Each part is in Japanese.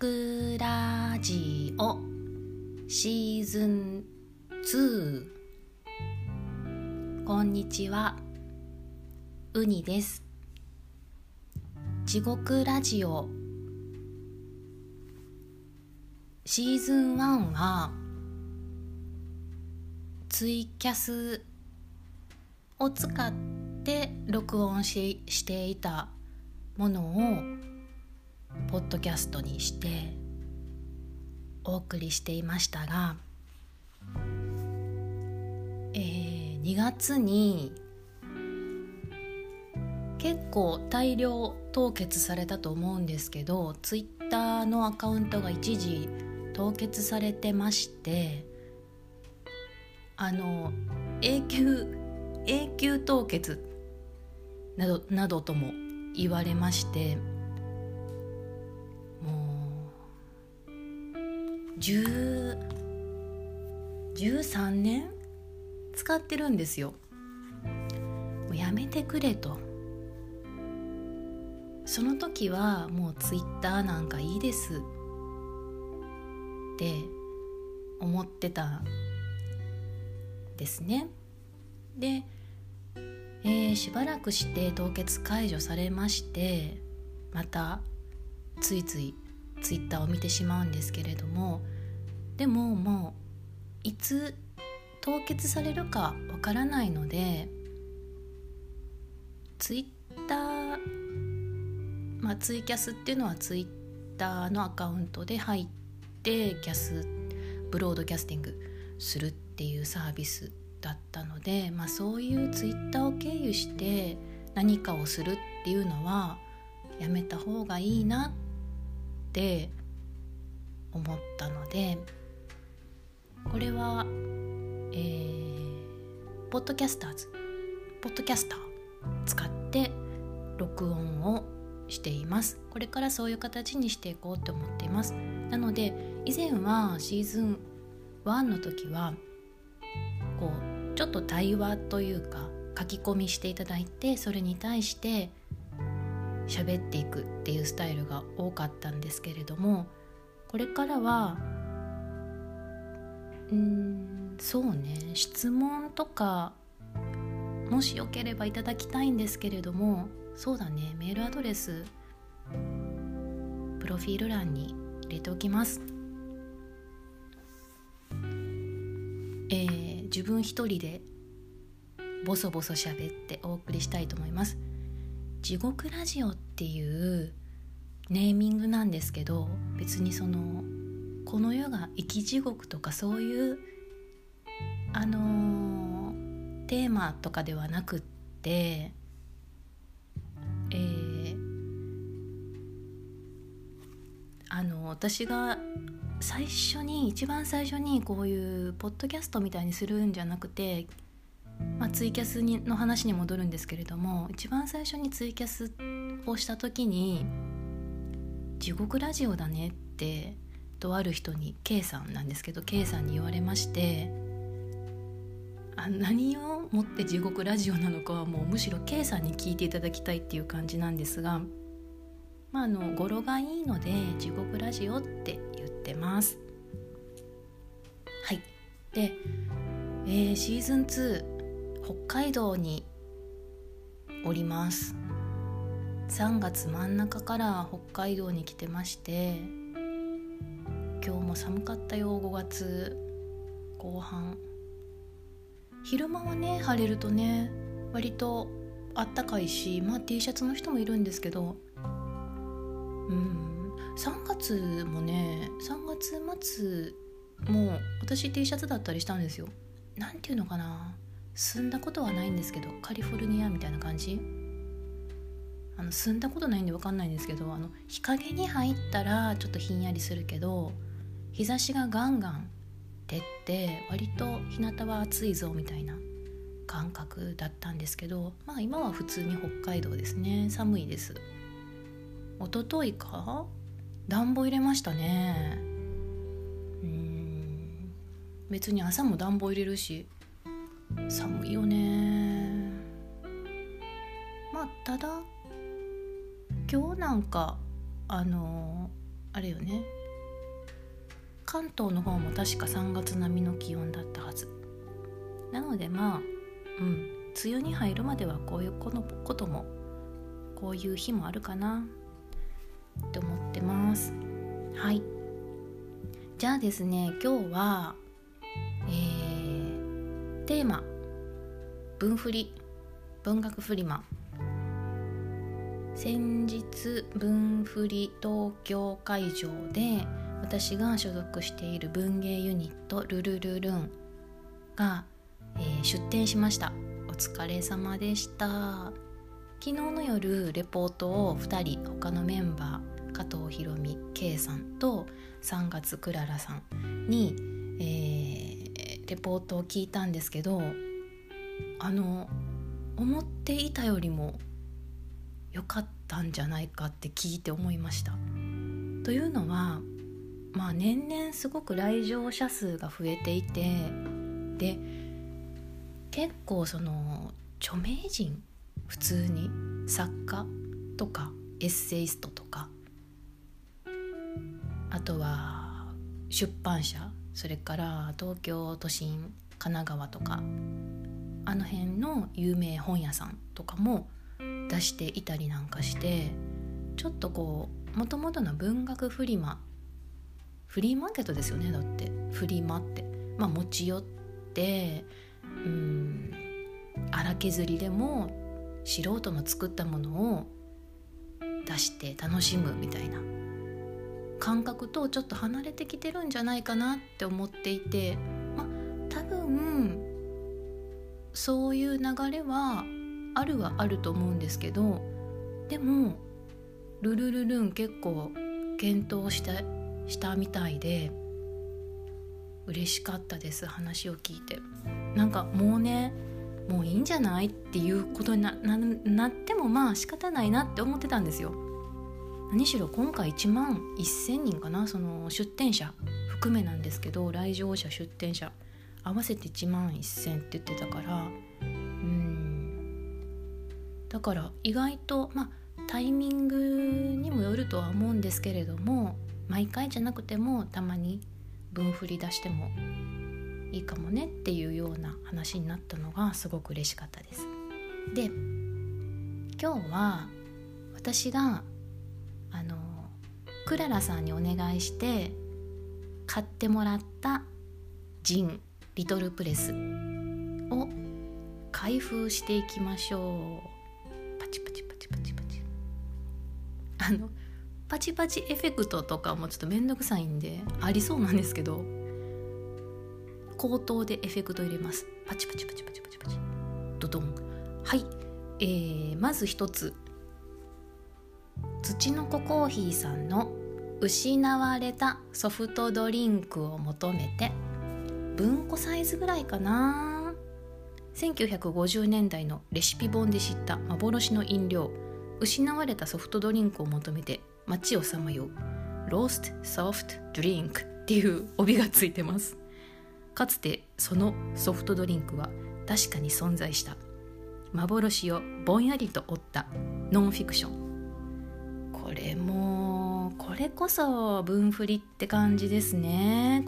獄ラジオシーズン2。こんにちは、ウニです。地獄ラジオシーズン1はツイキャスを使って録音していたものをポッドキャストにしてお送りしていましたが、2月に結構大量凍結されたと思うんですけど、ツイッターのアカウントが一時凍結されてまして、永久凍結などとも言われまして、もう13年使ってるんですよ。もうやめてくれと。その時はもうツイッターなんかいいですって思ってたんですね。で、しばらくして凍結解除されまして、またついついツイッターを見てしまうんですけれども、でももういつ凍結されるかわからないので、ツイッター、ツイキャスっていうのはツイッターのアカウントで入ってブロードキャスティングするっていうサービスだったので、そういうツイッターを経由して何かをするっていうのはやめた方がいいなって思ったので、これは、ポッドキャスター使って録音をしています。これからそういう形にしていこうと思っています。なので以前はシーズン1の時はちょっと対話というか書き込みしていただいて、それに対して喋っていくっていうスタイルが多かったんですけれども、これからはそうね、質問とかもしよければいただきたいんですけれども、そうだね、メールアドレスプロフィール欄に入れておきます。自分一人でボソボソ喋ってお送りしたいと思います。地獄ラジオっていうネーミングなんですけど、別にこの世が生き地獄とかそういうテーマとかではなくって、私が一番最初にこういうポッドキャストみたいにするんじゃなくて、ツイキャスの話に戻るんですけれども、一番最初にツイキャスをした時に地獄ラジオだねってとある人に、K さんなんですけど、 K さんに言われまして、何をもって地獄ラジオなのかはもうむしろ K さんに聞いていただきたいっていう感じなんですが、語呂がいいので地獄ラジオって言ってます。はい。で、シーズン2、北海道におります。3月真ん中から北海道に来てまして、今日も寒かったよ。5月後半、昼間はね晴れるとね割とあったかいし、T シャツの人もいるんですけど、3月もね、3月末も私 T シャツだったりしたんですよ。なんていうのかな、住んだことはないんですけど、カリフォルニアみたいな感じ。住んだことないんで分かんないんですけど、日陰に入ったらちょっとひんやりするけど、日差しがガンガン出て割と日向は暑いぞみたいな感覚だったんですけど、今は普通に北海道ですね。寒いです。一昨日か暖房入れましたね。別に朝も暖房入れるし寒いよね。ただ今日なんかあれよね、関東の方も確か3月並みの気温だったはずなので、まあ梅雨に入るまではこういうこともこういう日もあるかなって思ってます。はい、じゃあですね、今日は、テーマ文学フリマ、先日文フリ東京会場で私が所属している文芸ユニットルルルルンが、出展しました。お疲れ様でした。昨日の夜レポートを2人他のメンバー加藤ひろみ K さんと3月クララさんに、レポートを聞いたんですけど、思っていたよりも良かったんじゃないかって聞いて思いました。というのは、年々すごく来場者数が増えていて、で結構その著名人、普通に作家とかエッセイストとか、あとは出版社、それから東京都心、神奈川とかあの辺の有名本屋さんとかも出していたりなんかして、ちょっとこう元々の文学フリマ、フリーマーケットですよね。だってフリマって持ち寄って荒削りでも素人の作ったものを出して楽しむみたいな感覚とちょっと離れてきてるんじゃないかなって思っていて、多分そういう流れはあると思うんですけど、でもルルルルン結構検討したみたいで嬉しかったです。話を聞いて、なんかもういいんじゃないっていうことに なっても仕方ないなって思ってたんですよ。何しろ今回1万1000人かな、その出展者含めなんですけど、来場者出展者合わせて1万1000って言ってたから、だから意外とタイミングにもよるとは思うんですけれども、毎回じゃなくてもたまに文振り出してもいいかもねっていうような話になったのがすごく嬉しかったです。で、今日は私がクララさんにお願いして買ってもらったジンリトルプレスを開封していきましょう。パチパチパチパチパチ、パチパチエフェクトとかもちょっとめんどくさいんでありそうなんですけど、口頭でエフェクト入れます。パチパチパチパチパチパチドドン。はい、まず一つ、土の子コーヒーさんの失われたソフトドリンクを求めて、文庫サイズぐらいかな、1950年代のレシピ本で知った幻の飲料、失われたソフトドリンクを求めて街をさまようローストソフトドリンクっていう帯がついてます。かつてそのソフトドリンクは確かに存在した。幻をぼんやりと追ったノンフィクション。これこそ文振りって感じですね。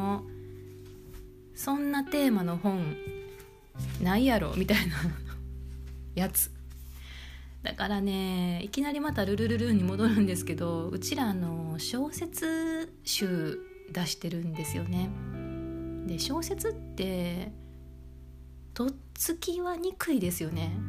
そんなテーマの本ないやろみたいなやつだからね、いきなりまたルルルルに戻るんですけど、うちら小説集出してるんですよね。で、小説ってとっつきはにくいですよね。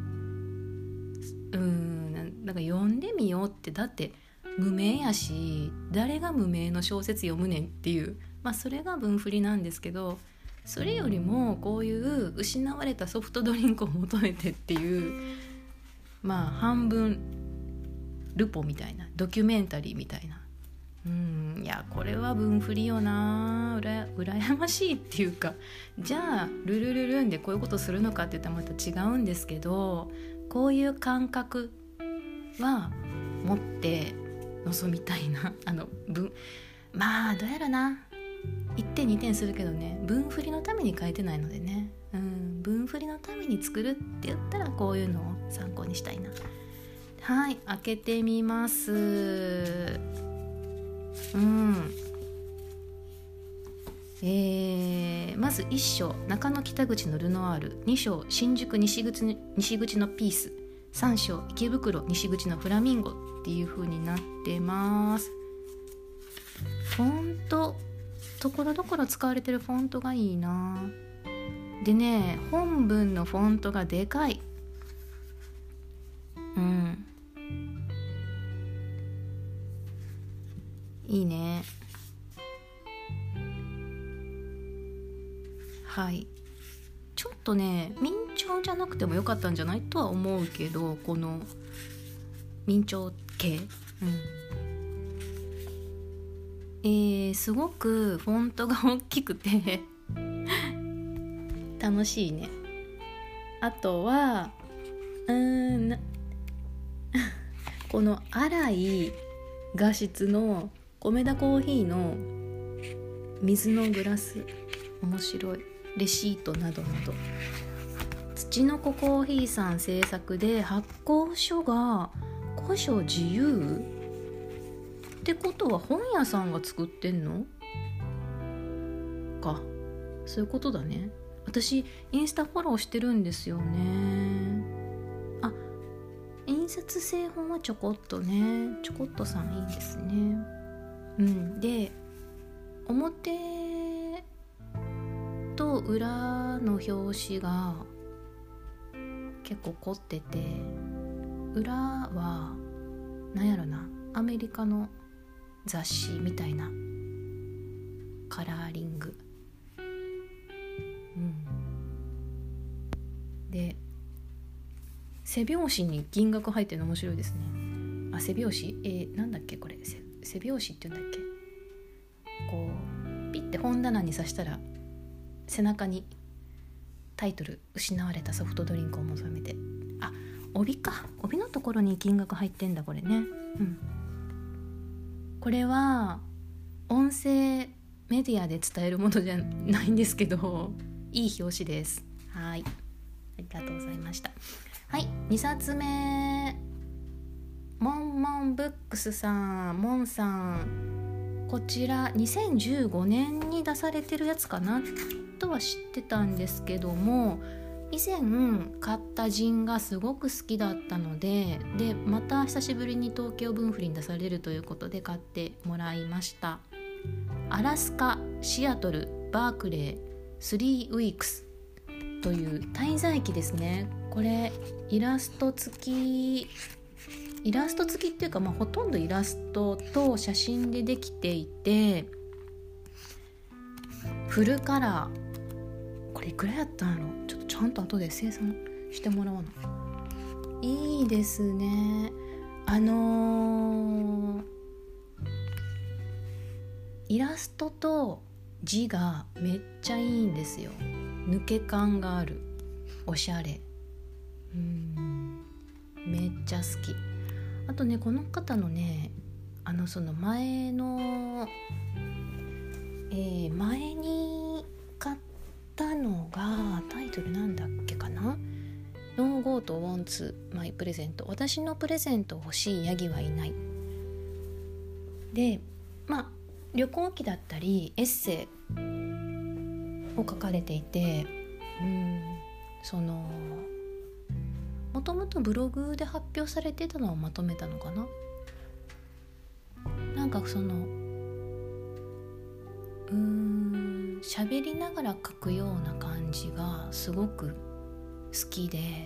なんか読んでみようって、だって無名やし、誰が無名の小説読むねんっていう、それが文振りなんですけど、それよりもこういう失われたソフトドリンクを求めてっていう、半分ルポみたいな、ドキュメンタリーみたいな、いやこれは文振りよな、羨ましいっていうか、じゃあルルルルンでこういうことするのかって言ったらまた違うんですけど、こういう感覚は持って臨みたいな。どうやらな、1点2点するけどね、文振りのために書いてないのでね、文振りのために作るって言ったらこういうのを参考にしたいな。はい、開けてみます。 まず1章中野北口のルノワール、2章新宿西口のピース、3章池袋西口のフラミンゴっていう風になってます。フォントところどころ使われてるフォントがいいな。でね、本文のフォントがでかい。いいね。はい、ちょっとね明朝じゃなくてもよかったんじゃないとは思うけど、この明朝系、すごくフォントが大きくて楽しいね。あとはこの粗い画質の米田コーヒーの水のグラス面白い。レシートなどなど、土の子コーヒーさん制作で発行書が古書自由ってことは本屋さんが作ってんのか。そういうことだね。私インスタフォローしてるんですよね。印刷製本はちょこっとね、ちょこっとさんいいですね。で表と裏の表紙が結構凝ってて、裏はなんやろな、アメリカの雑誌みたいなカラーリング、で背表紙に銀額入ってるの面白いですね。背表紙なんだっけこれ、背表紙って言うんだっけ。こうピッて本棚に刺したら背中にタイトル、失われたソフトドリンクを求めて、帯か、帯のところに金額入ってんだこれね。これは音声メディアで伝えるものじゃないんですけど、いい表紙です。はい、ありがとうございました。はい、2冊目、モンブックスさん、モンさん、こちら2015年に出されてるやつかなとは知ってたんですけども、以前買ったジンがすごく好きだったので、また久しぶりに東京分振りに出されるということで買ってもらいました。アラスカ、シアトル、バークレー、3 weeksという滞在期ですね。これイラスト付きっていうか、ほとんどイラストと写真でできていて、フルカラー。これいくらやったんやろ、ちょっとちゃんと後で精算してもらわな。いいですね。イラストと字がめっちゃいいんですよ。抜け感がある、おしゃれ、めっちゃ好き。あとね、この方のね、その前に買ったのがタイトルなんだっけかな、No Goat Wants My Present、 私のプレゼント欲しいヤギはいないで、旅行記だったりエッセイを書かれていて、もともとブログで発表されてたのをまとめたのかな。なんか喋りながら書くような感じがすごく好きで、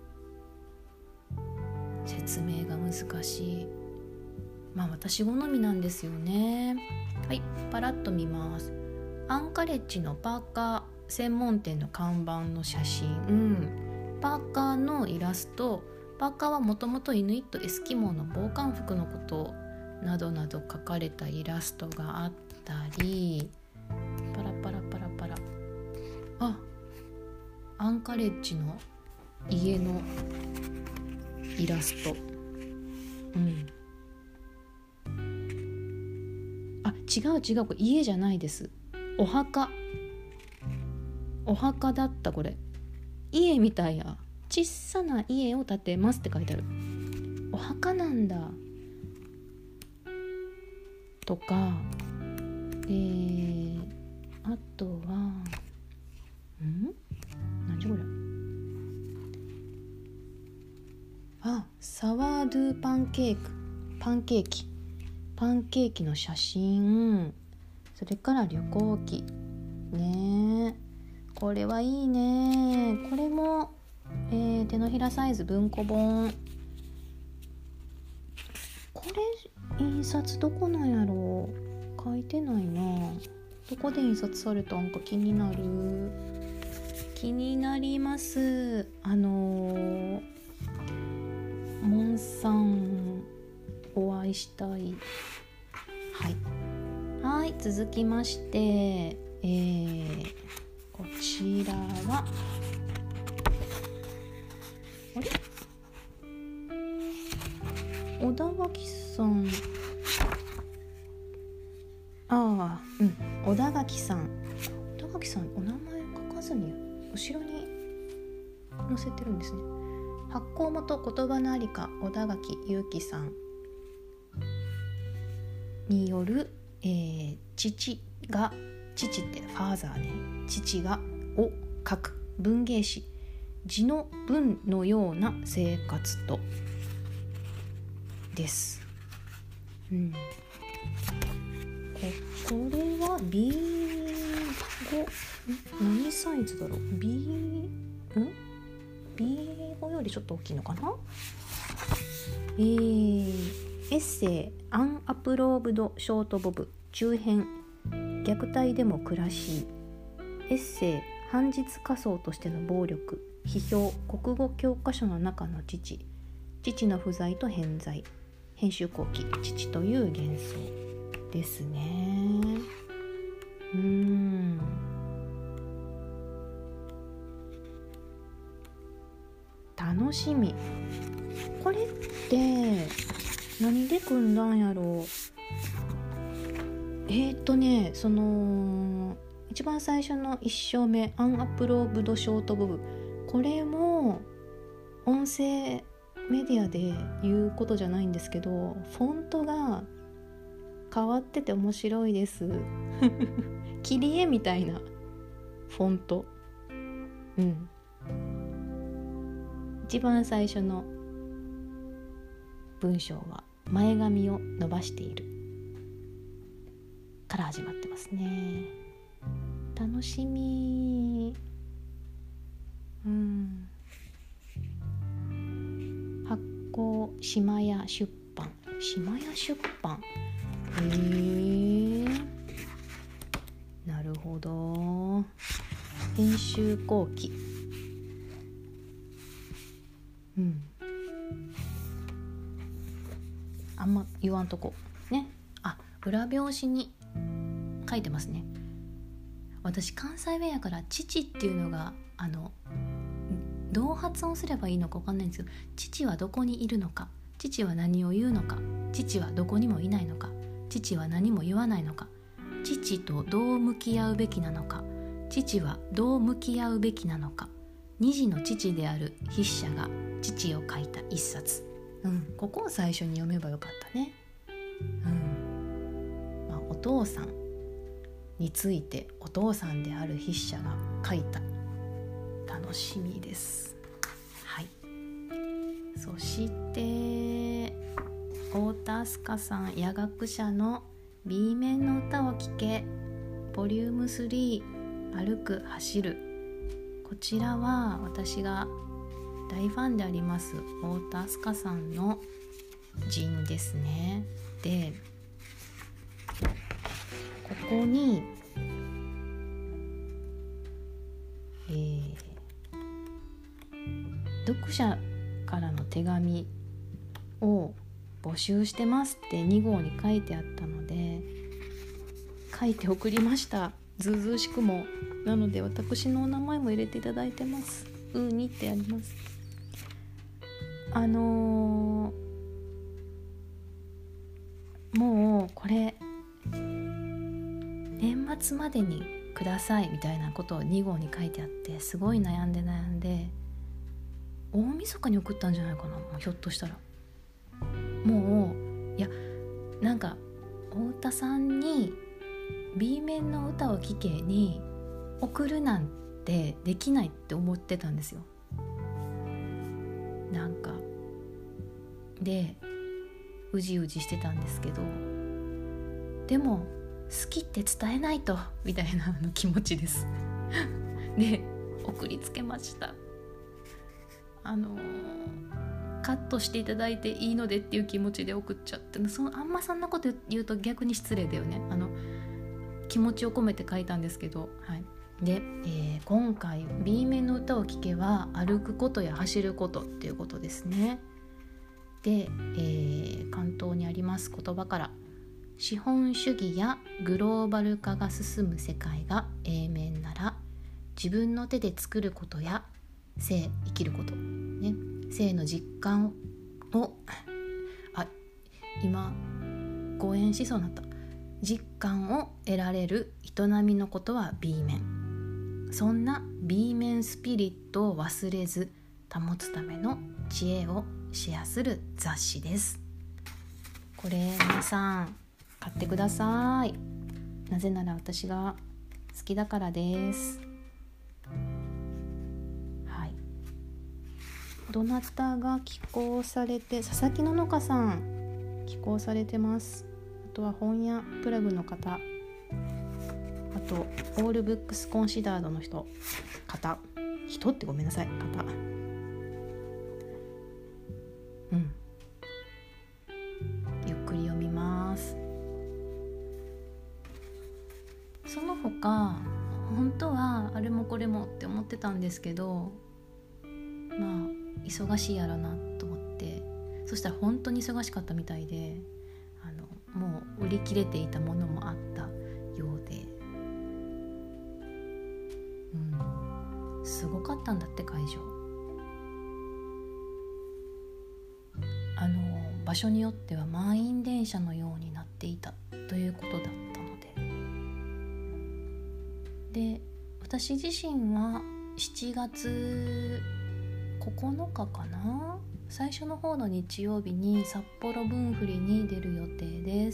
説明が難しい。私好みなんですよね。はい、パラッと見ます。アンカレッジのパーカー専門店の看板の写真、パーカーのイラスト、パーカーはもともとイヌイットエスキモーの防寒服のことなどなど書かれたイラストがあったり、パラパラパラパラ、アンカレッジの家のイラスト、違う、これ家じゃないです。お墓だった。これ家みたいや、小さな家を建てますって書いてある。お墓なんだ。 とか、あとは何時これ、サワードゥパンケーキの写真、それから旅行記ね。これはいいね。これも、手のひらサイズ文庫本。これ印刷どこなんやろう、書いてないな。どこで印刷されたんか気になります。モンさんお会いしたい。はい、続きまして、こちらは小田垣さん、小田垣さんお名前書かずに後ろに載せてるんですね。発行元言葉のありか小田垣祐樹さんによる、父ってファーザーね、父がを書く文芸誌字の文のような生活とです。これは B5 何サイズだろう、 B5 よりちょっと大きいのかな。エッセイアンアプローブドショートボブ中編、虐待でも暮らしい、エッセイ反日仮想としての暴力、批評、国語教科書の中の父の不在と偏在、編集後期父という幻想ですね。楽しみ。これって何で組んだんやろう。その一番最初の1章目アンアップローブドショートボブ、これも音声メディアで言うことじゃないんですけど、フォントが変わってて面白いです切り絵みたいなフォント。一番最初の文章は前髪を伸ばしているから始まってますね。楽しみ。発行島屋出版。なるほど。編集後期。あんま言わんとこね。裏表紙に書いてますね。私関西弁やから父っていうのがどう発音すればいいのか分かんないんですけど、父はどこにいるのか、父は何を言うのか、父はどこにもいないのか、父は何も言わないのか、父とどう向き合うべきなのか、父はどう向き合うべきなのか、二児の父である筆者が父を書いた一冊。ここを最初に読めばよかったね。お父さんについてお父さんである筆者が書いた。楽しみです。そして太田明日香さん、夜学者の B 面の歌を聴けボリューム3、歩く走る。こちらは私が大ファンであります太田明日香さんの陣ですね。でここに、読者からの手紙を募集してますって2号に書いてあったので書いて送りました。ずうずうしくも。なので私のお名前も入れていただいてます。にってあります。もうこれ年末までにくださいみたいなことを2号に書いてあって、すごい悩んで大晦日に送ったんじゃないかな、ひょっとしたら。もうなんかお歌さんに B 面の歌を聴けに送るなんてできないって思ってたんですよ。なんかでうじうじしてたんですけど、でも好きって伝えないとみたいな気持ちですで送りつけました。カットしていただいていいのでっていう気持ちで送っちゃって、あんまそんなこと言うと逆に失礼だよね。気持ちを込めて書いたんですけど、はい。で、今回 B 面の歌を聴けは歩くことや走ることっていうことですね。で、関東にあります言葉から、資本主義やグローバル化が進む世界が A 面なら、自分の手で作ることや生きること、ね、生の実感を今誤嚥しそうになった実感を得られる営みのことは B 面。そんな B 面スピリットを忘れず保つための知恵をシェアする雑誌です。これ皆さん買ってください。なぜなら私が好きだからです。はい。どなたが寄稿されて、佐々木ののかさん寄稿されてます。あとは本屋プラグの方、あとオールブックスコンシダードの人ってごめんなさいゆっくり読みます。その他本当はあれもこれもって思ってたんですけど、忙しいやろなと思って、そしたら本当に忙しかったみたいで、もう売り切れていたものもあったようで、すごかったんだって会場。場所によっては満員電車のようになっていたということだったので、私自身は7月9日かな、最初の方の日曜日に札幌分振りに出る予定です。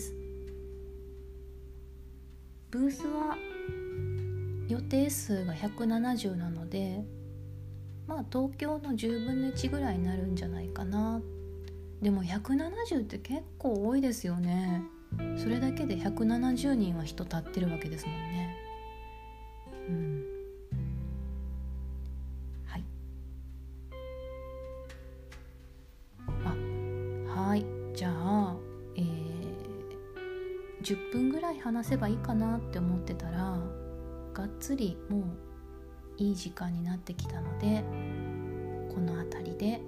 ブースは予定数が170なので、東京の10分の1ぐらいになるんじゃないかな。でも170って結構多いですよね。それだけで170人は人立ってるわけですもんね。はい、じゃあ、10分ぐらい話せばいいかなって思ってたら、がっつりもういい時間になってきたので、この辺りで、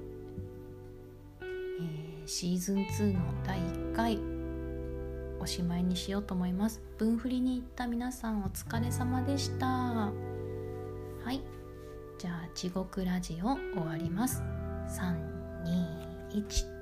シーズン2の第1回おしまいにしようと思います。分振りに行った皆さんお疲れ様でした。はい、じゃあ地獄ラジオ終わります。3、2、1